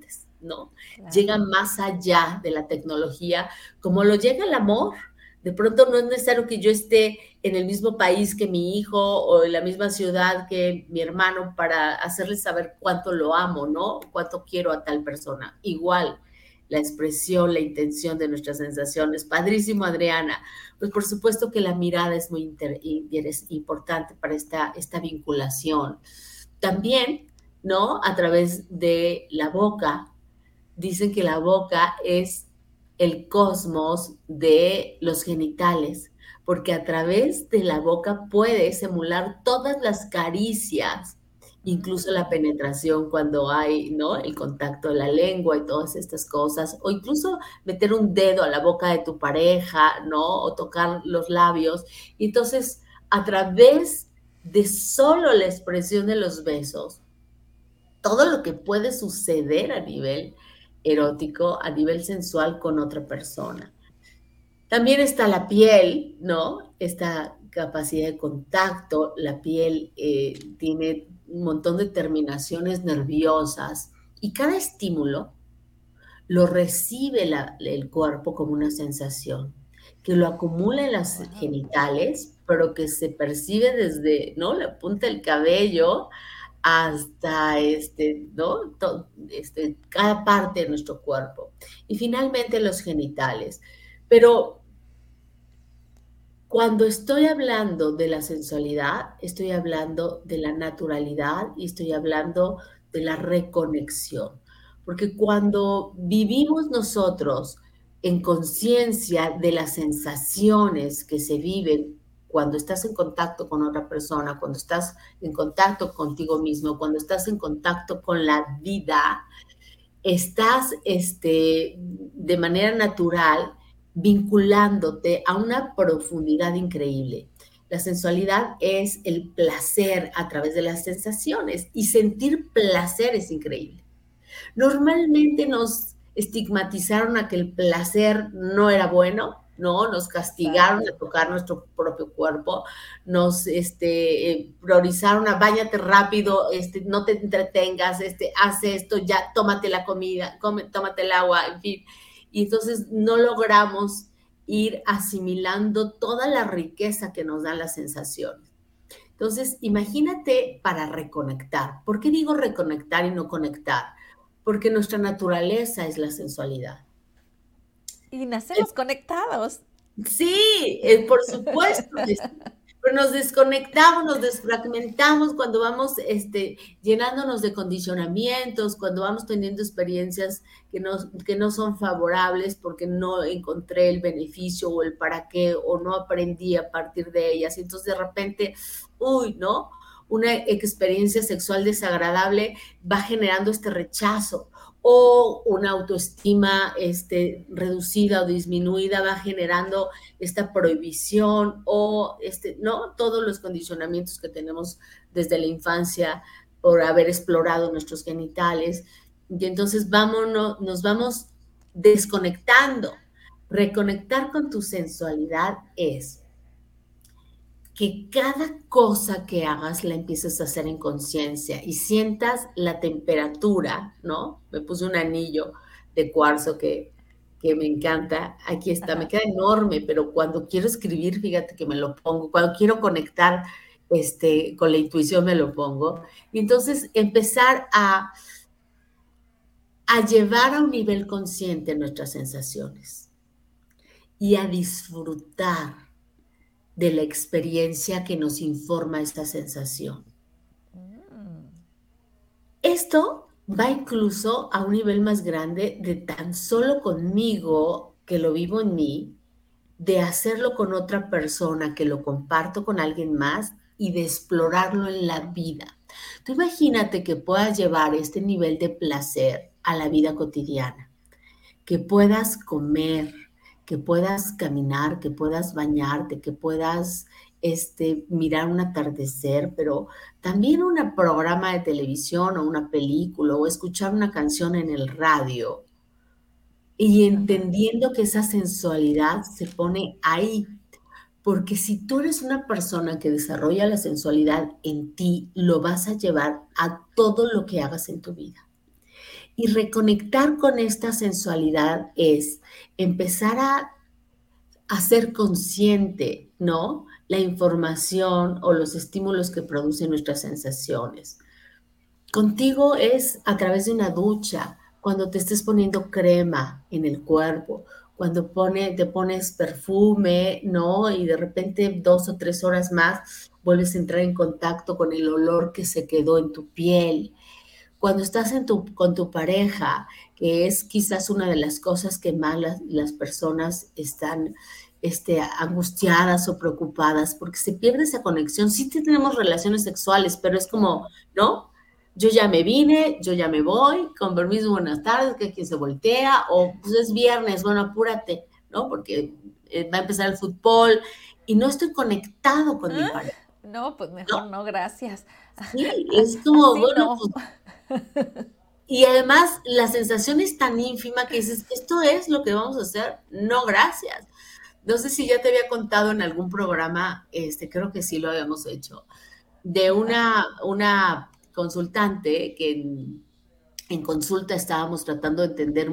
¿no? Llega
Claro.
más allá de la tecnología, como lo llega el amor. De pronto no es necesario que yo esté en el mismo país que mi hijo o en la misma ciudad que mi hermano para hacerle saber cuánto lo amo, ¿no? Cuánto quiero a tal persona. Igual, la expresión, la intención de nuestras sensaciones. Padrísimo, Adriana. Pues por supuesto que la mirada es muy importante para esta vinculación. También, ¿no? A través de la boca. Dicen que la boca es el cosmos de los genitales, porque a través de la boca puedes emular todas las caricias, incluso la
Mm.
penetración cuando hay, ¿no? El contacto de la lengua y todas estas cosas, o incluso meter un dedo a la boca de tu pareja, ¿no? O tocar los labios. Y entonces, a través de solo la expresión de los besos, todo lo que puede suceder a nivel erótico, a nivel sensual con otra persona. También está la piel, ¿no? Esta capacidad de contacto, la piel tiene un montón de terminaciones nerviosas y cada estímulo lo recibe el cuerpo como una sensación, que lo acumula en las
Wow.
genitales, pero que se percibe desde, ¿no? La punta del cabello hasta ¿no? Cada parte de nuestro cuerpo. Y finalmente los genitales. Pero cuando estoy hablando de la sensualidad, estoy hablando de la naturalidad y estoy hablando de la reconexión. Porque cuando vivimos nosotros en conciencia de las sensaciones que se viven cuando estás en contacto con otra persona, cuando estás en contacto contigo mismo, cuando estás en contacto con la vida, estás de manera natural vinculándote a una profundidad increíble. La sensualidad es el placer a través de las sensaciones y sentir placer es increíble. Normalmente nos estigmatizaron a que el placer no era bueno, ¿no? Nos castigaron
Exacto.
a tocar nuestro propio cuerpo, nos priorizaron a báñate rápido, no te entretengas, haz esto, ya tómate la comida, tómate el agua, en fin. Y entonces no logramos ir asimilando toda la riqueza que nos dan las sensaciones. Entonces, imagínate para reconectar. ¿Por qué digo reconectar y no conectar? Porque nuestra naturaleza es la sensualidad.
Y nacemos conectados.
Sí, por supuesto que sí. Pero nos desconectamos, nos desfragmentamos cuando vamos llenándonos de condicionamientos, cuando vamos teniendo experiencias que no son favorables porque no encontré el beneficio o el para qué o no aprendí a partir de ellas. Y entonces de repente, uy, ¿no? Una experiencia sexual desagradable va generando este rechazo o una autoestima reducida o disminuida va generando esta prohibición o ¿no? Todos los condicionamientos que tenemos desde la infancia por haber explorado nuestros genitales. Y entonces nos vamos desconectando. Reconectar con tu sensualidad es que cada cosa que hagas la empieces a hacer en conciencia y sientas la temperatura, ¿no? Me puse un anillo de cuarzo que me encanta. Aquí está, me
Ajá.
queda enorme, pero cuando quiero escribir, fíjate que me lo pongo. Cuando quiero conectar con la intuición, me lo pongo. Y entonces empezar a llevar a un nivel consciente nuestras sensaciones y a disfrutar de la experiencia que nos informa esta sensación.
Mm.
Esto va incluso a un nivel más grande de tan solo conmigo, que lo vivo en mí, de hacerlo con otra persona, que lo comparto con alguien más y de explorarlo en la vida. Tú imagínate que puedas llevar este nivel de placer a la vida cotidiana, que puedas comer, que puedas caminar, que puedas bañarte, que puedas mirar un atardecer, pero también un programa de televisión o una película o escuchar una canción en el radio y
Ajá.
entendiendo que esa sensualidad se pone ahí. Porque si tú eres una persona que desarrolla la sensualidad en ti, lo vas a llevar a todo lo que hagas en tu vida. Y reconectar con esta sensualidad es empezar a ser consciente, ¿no? La información o los estímulos que producen nuestras sensaciones. Contigo es a través de una ducha, cuando te estés poniendo crema en el cuerpo, cuando te pones perfume, ¿no? Y de repente 2 o 3 horas más vuelves a entrar en contacto con el olor que se quedó en tu piel. Cuando estás con tu pareja, que es quizás una de las cosas que más las personas están angustiadas o preocupadas, porque se pierde esa conexión. Sí tenemos relaciones sexuales, pero es como,
Claro.
¿no? Yo ya me vine, yo ya me voy, con permiso, buenas tardes, que quien se voltea, o pues es viernes, bueno, apúrate, ¿no? Porque va a empezar el fútbol y no estoy conectado con mi
Ah,
pareja,
no, pues mejor
¿no?
no, gracias.
Sí, es como,
Así
bueno,
no.
pues y además la sensación es tan ínfima que dices, ¿esto es lo que vamos a hacer? No, gracias. No sé si ya te había contado en algún programa, creo que sí lo habíamos hecho, de una consultante que en consulta estábamos tratando de entender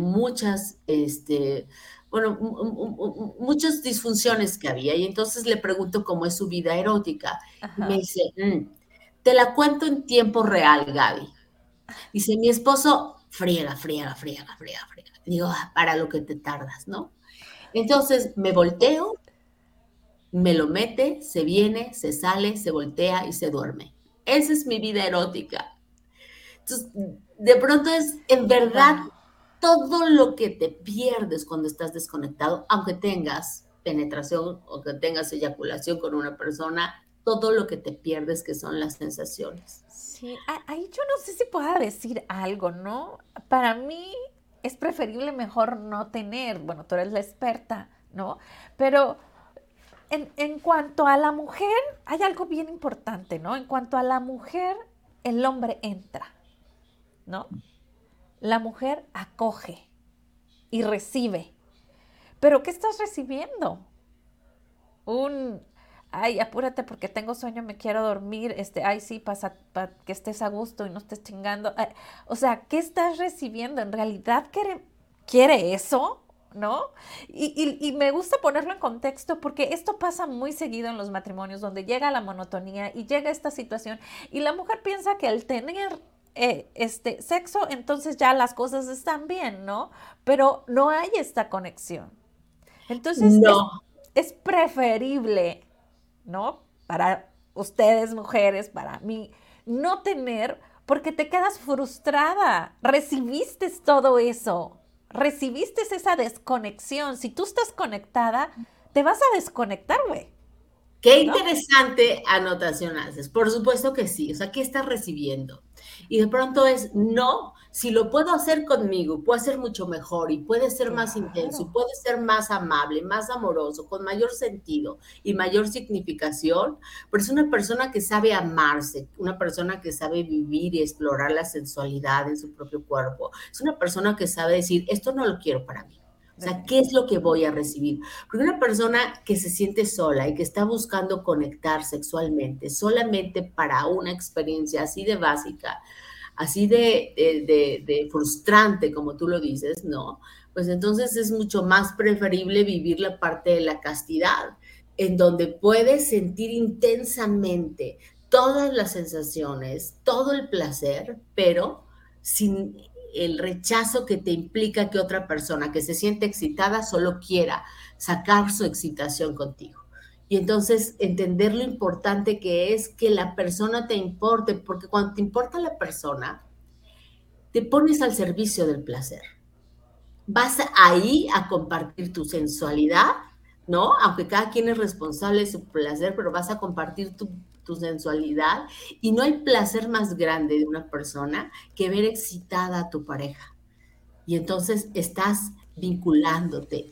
bueno, muchas disfunciones que había. Y entonces le pregunto cómo es su vida erótica. Y me
Ajá.
dice, te la cuento en tiempo real, Gaby. Dice, mi esposo friega, friega, friega, friega, friega. Digo, para lo que te tardas, ¿no? Entonces me volteo, me lo mete, se viene, se sale, se voltea y se duerme. Esa es mi vida erótica. Entonces, de pronto es, en verdad,
Wow.
todo lo que te pierdes cuando estás desconectado, aunque tengas penetración o que tengas eyaculación con una persona, todo lo que te pierdes que son las sensaciones.
Sí, ahí yo no sé si pueda decir algo, ¿no? Para mí es preferible mejor no tener, bueno, tú eres la experta, ¿no? Pero en cuanto a la mujer, hay algo bien importante, ¿no? En cuanto a la mujer, el hombre entra, ¿no? La mujer acoge y recibe. Pero ¿qué estás recibiendo? Un, ay, apúrate porque tengo sueño, me quiero dormir, ay, sí, pasa, que estés a gusto y no estés chingando. O sea, ¿qué estás recibiendo? ¿En realidad quiere eso? ¿No? Y me gusta ponerlo en contexto porque esto pasa muy seguido en los matrimonios donde llega la monotonía y llega esta situación y la mujer piensa que al tener sexo, entonces ya las cosas están bien, ¿no? Pero no hay esta conexión. Entonces
No,
es preferible, ¿no? Para ustedes mujeres, para mí, no tener, porque te quedas frustrada. Recibiste todo eso, recibiste esa desconexión. Si tú estás conectada, te vas a desconectar, güey,
qué
¿no?
interesante anotación haces. Por supuesto que sí. O sea, ¿qué estás recibiendo? Y de pronto es, no, si lo puedo hacer conmigo, puedo hacer mucho mejor y puede ser más intenso y
Claro.
puede ser más amable, más amoroso, con mayor sentido y mayor significación, pero es una persona que sabe amarse, una persona que sabe vivir y explorar la sensualidad en su propio cuerpo. Es una persona que sabe decir, esto no lo quiero para mí. O sea, ¿qué es lo que voy a recibir? Porque una persona que se siente sola y que está buscando conectar sexualmente solamente para una experiencia así de básica, así de frustrante, como tú lo dices, ¿no? Pues entonces es mucho más preferible vivir la parte de la castidad, en donde puedes sentir intensamente todas las sensaciones, todo el placer, pero sin el rechazo que te implica que otra persona que se siente excitada solo quiera sacar su excitación contigo. Y entonces entender lo importante que es que la persona te importe, porque cuando te importa la persona, te pones al servicio del placer. Vas ahí a compartir tu sensualidad, ¿no? Aunque cada quien es responsable de su placer, pero vas a compartir tu sensualidad y no hay placer más grande de una persona que ver excitada a tu pareja. Y entonces estás vinculándote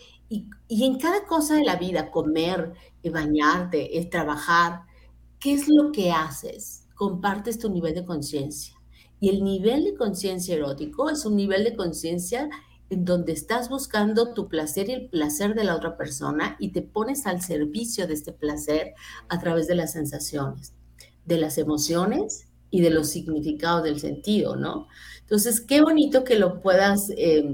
y en cada cosa de la vida, comer, bañarte, trabajar, ¿qué es lo que haces? Compartes tu nivel de conciencia. Y el nivel de conciencia erótico es un nivel de conciencia en donde estás buscando tu placer y el placer de la otra persona y te pones al servicio de este placer a través de las sensaciones, de las emociones y de los significados del sentido, ¿no? Entonces, qué bonito que lo puedas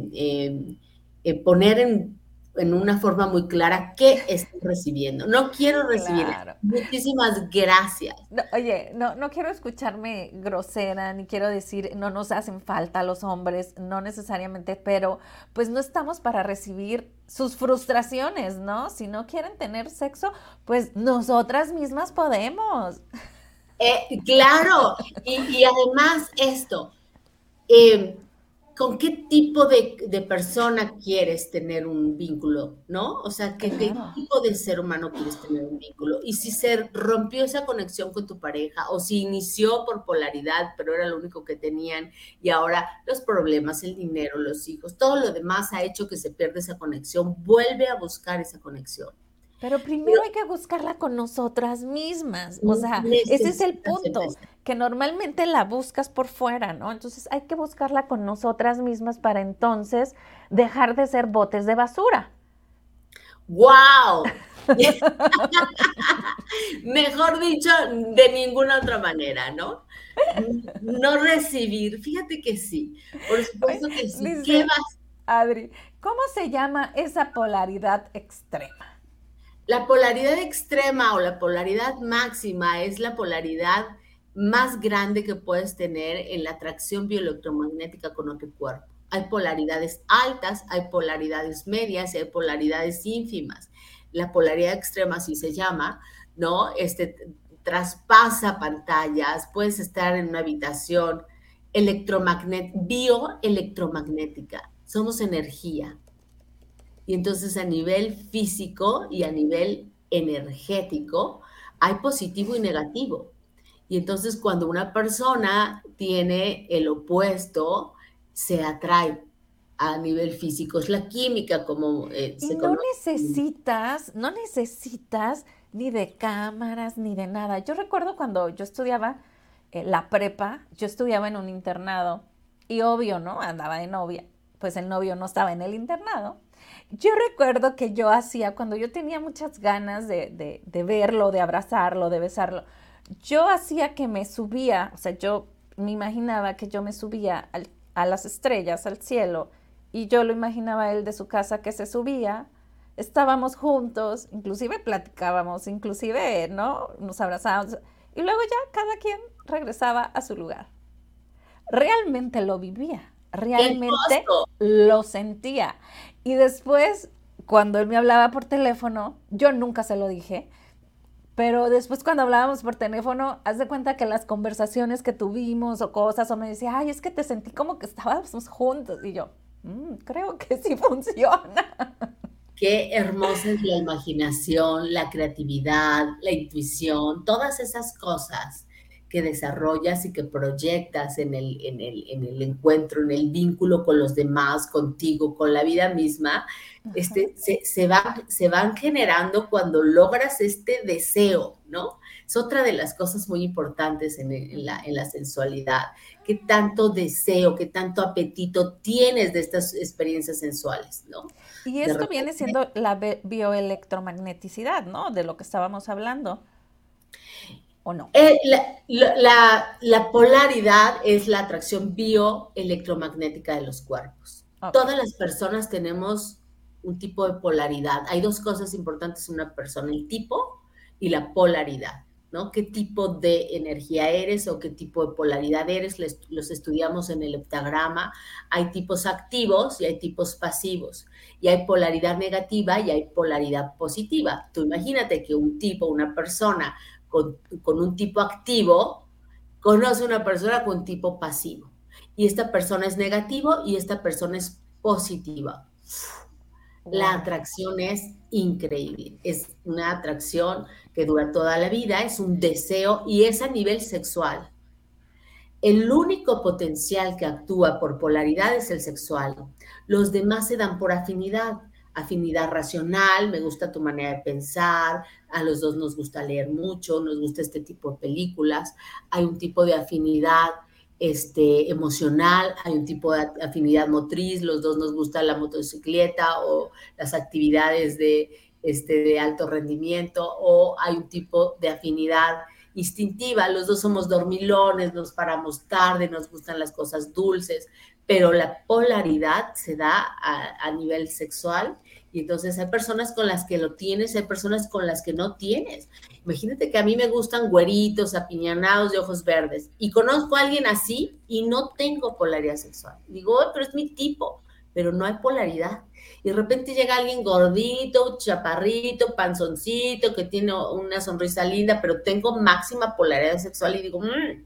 poner en una forma muy clara qué estás recibiendo. No quiero recibir esto.
Claro.
Muchísimas gracias.
No, oye, no quiero escucharme grosera, ni quiero decir no nos hacen falta los hombres, no necesariamente, pero pues no estamos para recibir sus frustraciones, ¿no? Si no quieren tener sexo, pues nosotras mismas podemos.
Claro, y además esto, eh, ¿con qué tipo de persona quieres tener un vínculo, no? O sea, ¿qué
Claro.
tipo de ser humano quieres tener un vínculo? Y si se rompió esa conexión con tu pareja, o si inició por polaridad, pero era lo único que tenían, y ahora los problemas, el dinero, los hijos, todo lo demás ha hecho que se pierda esa conexión, vuelve a buscar esa conexión.
Pero
Pero
primero hay que buscarla con nosotras mismas. O sea, ese es el
necesitas
punto,
empezar.
que normalmente la buscas por fuera, ¿no? Entonces hay que buscarla con nosotras mismas para entonces dejar de ser botes de basura.
¡Wow! Mejor dicho, de ninguna otra manera, ¿no? No recibir, fíjate que sí, por supuesto que sí. ¿Qué
Dice
vas?
Adri, ¿cómo se llama esa polaridad extrema?
La polaridad extrema o la polaridad máxima es la polaridad más grande que puedes tener en la atracción bioelectromagnética con otro cuerpo. Hay polaridades altas, hay polaridades medias y hay polaridades ínfimas. La polaridad extrema, así se llama, ¿no? Traspasa pantallas, puedes estar en una habitación bioelectromagnética. Somos energía. Y entonces a nivel físico y a nivel energético hay positivo y negativo. Y entonces cuando una persona tiene el opuesto, se atrae a nivel físico. Es la química como
Y
se
no
conoce.
necesitas, no necesitas ni de cámaras ni de nada. Yo recuerdo cuando yo estudiaba la prepa, yo estudiaba en un internado y obvio, ¿no? Andaba de novia, pues el novio no estaba en el internado. Yo recuerdo que yo hacía, cuando yo tenía muchas ganas de verlo, de abrazarlo, de besarlo, yo hacía que me subía, o sea, yo me imaginaba que yo me subía a las estrellas, al cielo, y yo lo imaginaba él de su casa que se subía, estábamos juntos, inclusive platicábamos, inclusive, ¿no? Nos abrazábamos, y luego ya cada quien regresaba a su lugar. Realmente lo vivía,
¡Qué
realmente
hermoso!
lo sentía. Y después, cuando él me hablaba por teléfono, yo nunca se lo dije, pero después cuando hablábamos por teléfono, haz de cuenta que las conversaciones que tuvimos o cosas, o me decía, ay, es que te sentí como que estábamos juntos. Y yo, creo que sí funciona.
Qué hermosa es la imaginación, la creatividad, la intuición, todas esas cosas que desarrollas y que proyectas en el encuentro, en el vínculo con los demás, contigo, con la vida misma, se van generando cuando logras este deseo, ¿no? Es otra de las cosas muy importantes en la sensualidad. ¿Qué tanto deseo, qué tanto apetito tienes de estas experiencias sensuales, ¿no?
Y
De
esto viene
repente.
siendo la bioelectromagneticidad, ¿no? De lo que estábamos hablando, ¿o no?
La polaridad es la atracción bioelectromagnética de los cuerpos.
Ok.
Todas las personas tenemos un tipo de polaridad. Hay dos cosas importantes en una persona, el tipo y la polaridad, ¿no? ¿Qué tipo de energía eres o qué tipo de polaridad eres? Los estudiamos en el heptagrama. Hay tipos activos y hay tipos pasivos. Y hay polaridad negativa y hay polaridad positiva. Tú imagínate que un tipo, una persona con un tipo activo, conoce una persona con tipo pasivo. Y esta persona es negativo y esta persona es positiva. La
Wow.
atracción es increíble. Es una atracción que dura toda la vida, es un deseo y es a nivel sexual. El único potencial que actúa por polaridad es el sexual. Los demás se dan por afinidad. Afinidad racional, me gusta tu manera de pensar, a los dos nos gusta leer mucho, nos gusta este tipo de películas, hay un tipo de afinidad emocional, hay un tipo de afinidad motriz, los dos nos gusta la motocicleta o las actividades de alto rendimiento, o hay un tipo de afinidad instintiva, los dos somos dormilones, nos paramos tarde, nos gustan las cosas dulces, pero la polaridad se da a nivel sexual y entonces hay personas con las que lo tienes, hay personas con las que no tienes. Imagínate que a mí me gustan güeritos, apiñanados de ojos verdes y conozco a alguien así y no tengo polaridad sexual. Digo, pero es mi tipo, pero no hay polaridad. Y de repente llega alguien gordito, chaparrito, panzoncito, que tiene una sonrisa linda, pero tengo máxima polaridad sexual y digo,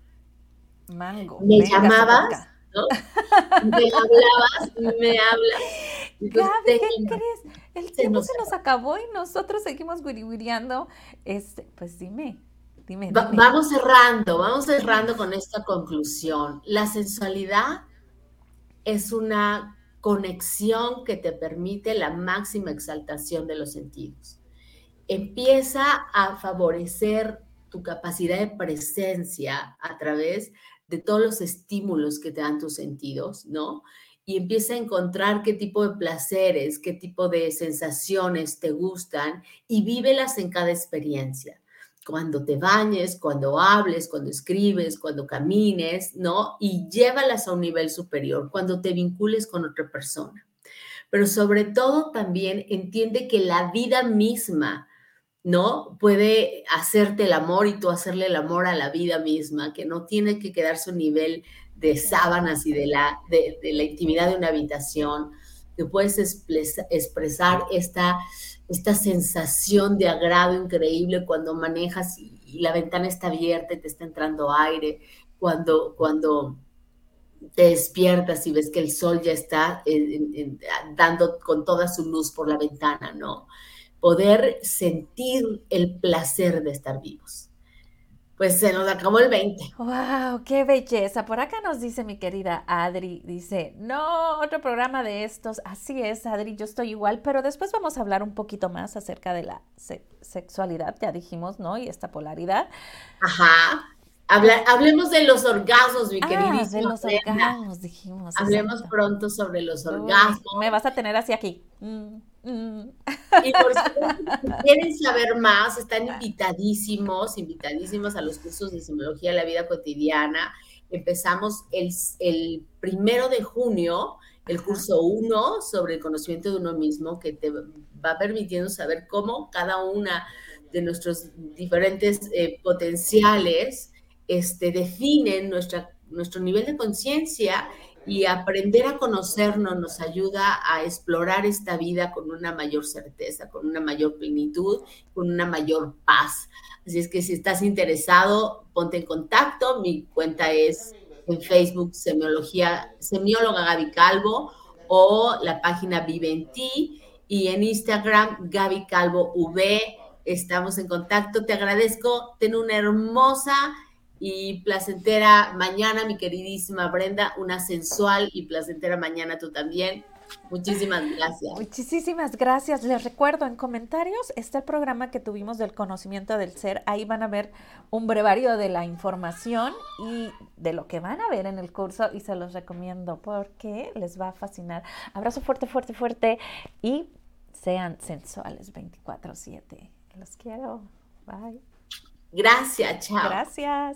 Mango,
me
véngase para
llamabas,
acá.
¿no? Me hablabas, me hablas. Entonces,
Gaby, ¿qué crees? El tiempo se nos acabó y nosotros seguimos guiriando. Pues dime.
Vamos cerrando con esta conclusión. La sensualidad es una conexión que te permite la máxima exaltación de los sentidos. Empieza a favorecer tu capacidad de presencia a través de todos los estímulos que te dan tus sentidos, ¿no? Y empieza a encontrar qué tipo de placeres, qué tipo de sensaciones te gustan y vívelas en cada experiencia. Cuando te bañes, cuando hables, cuando escribes, cuando camines, ¿no? Y llévalas a un nivel superior, cuando te vincules con otra persona. Pero sobre todo también entiende que la vida misma, ¿no? Puede hacerte el amor y tú hacerle el amor a la vida misma, que no tiene que quedarse a un nivel de sábanas y de la intimidad de una habitación, que puedes expresar esta sensación de agrado increíble cuando manejas y la ventana está abierta y te está entrando aire, cuando te despiertas y ves que el sol ya está dando con toda su luz por la ventana, ¿no? Poder sentir el placer de estar vivos. Pues se nos acabó el 20.
¡Wow! ¡Qué belleza! Por acá nos dice mi querida Adri, dice, no, otro programa de estos. Así es, Adri, yo estoy igual, pero después vamos a hablar un poquito más acerca de la sexualidad, ya dijimos, ¿no? Y esta polaridad.
Ajá. Hablemos de los orgasmos, mi
De
queridísima
los
Brenda.
orgasmos, dijimos,
Hablemos
exacto.
pronto sobre los
Uy,
orgasmos.
me vas a tener así aquí.
Y por supuesto, si quieren saber más, están invitadísimos a los cursos de semiología de la vida cotidiana. Empezamos el 1 de junio, el curso 1 sobre el conocimiento de uno mismo, que te va permitiendo saber cómo cada una de nuestros diferentes potenciales definen nuestro nivel de conciencia y aprender a conocernos nos ayuda a explorar esta vida con una mayor certeza, con una mayor plenitud, con una mayor paz. Así es que si estás interesado, ponte en contacto. Mi cuenta es en Facebook Semióloga Gaby Calvo o la página Vive en Ti y en Instagram Gaby Calvo V. Estamos en contacto. Te agradezco. Ten una hermosa y placentera mañana, mi queridísima Brenda, una sensual y placentera mañana tú también. Muchísimas gracias.
Muchísimas gracias. Les recuerdo, en comentarios está el programa que tuvimos del conocimiento del ser. Ahí van a ver un brevario de la información y de lo que van a ver en el curso y se los recomiendo porque les va a fascinar. Abrazo fuerte, fuerte, fuerte y sean sensuales 24/7. Los quiero. Bye.
Gracias, chao.
Gracias.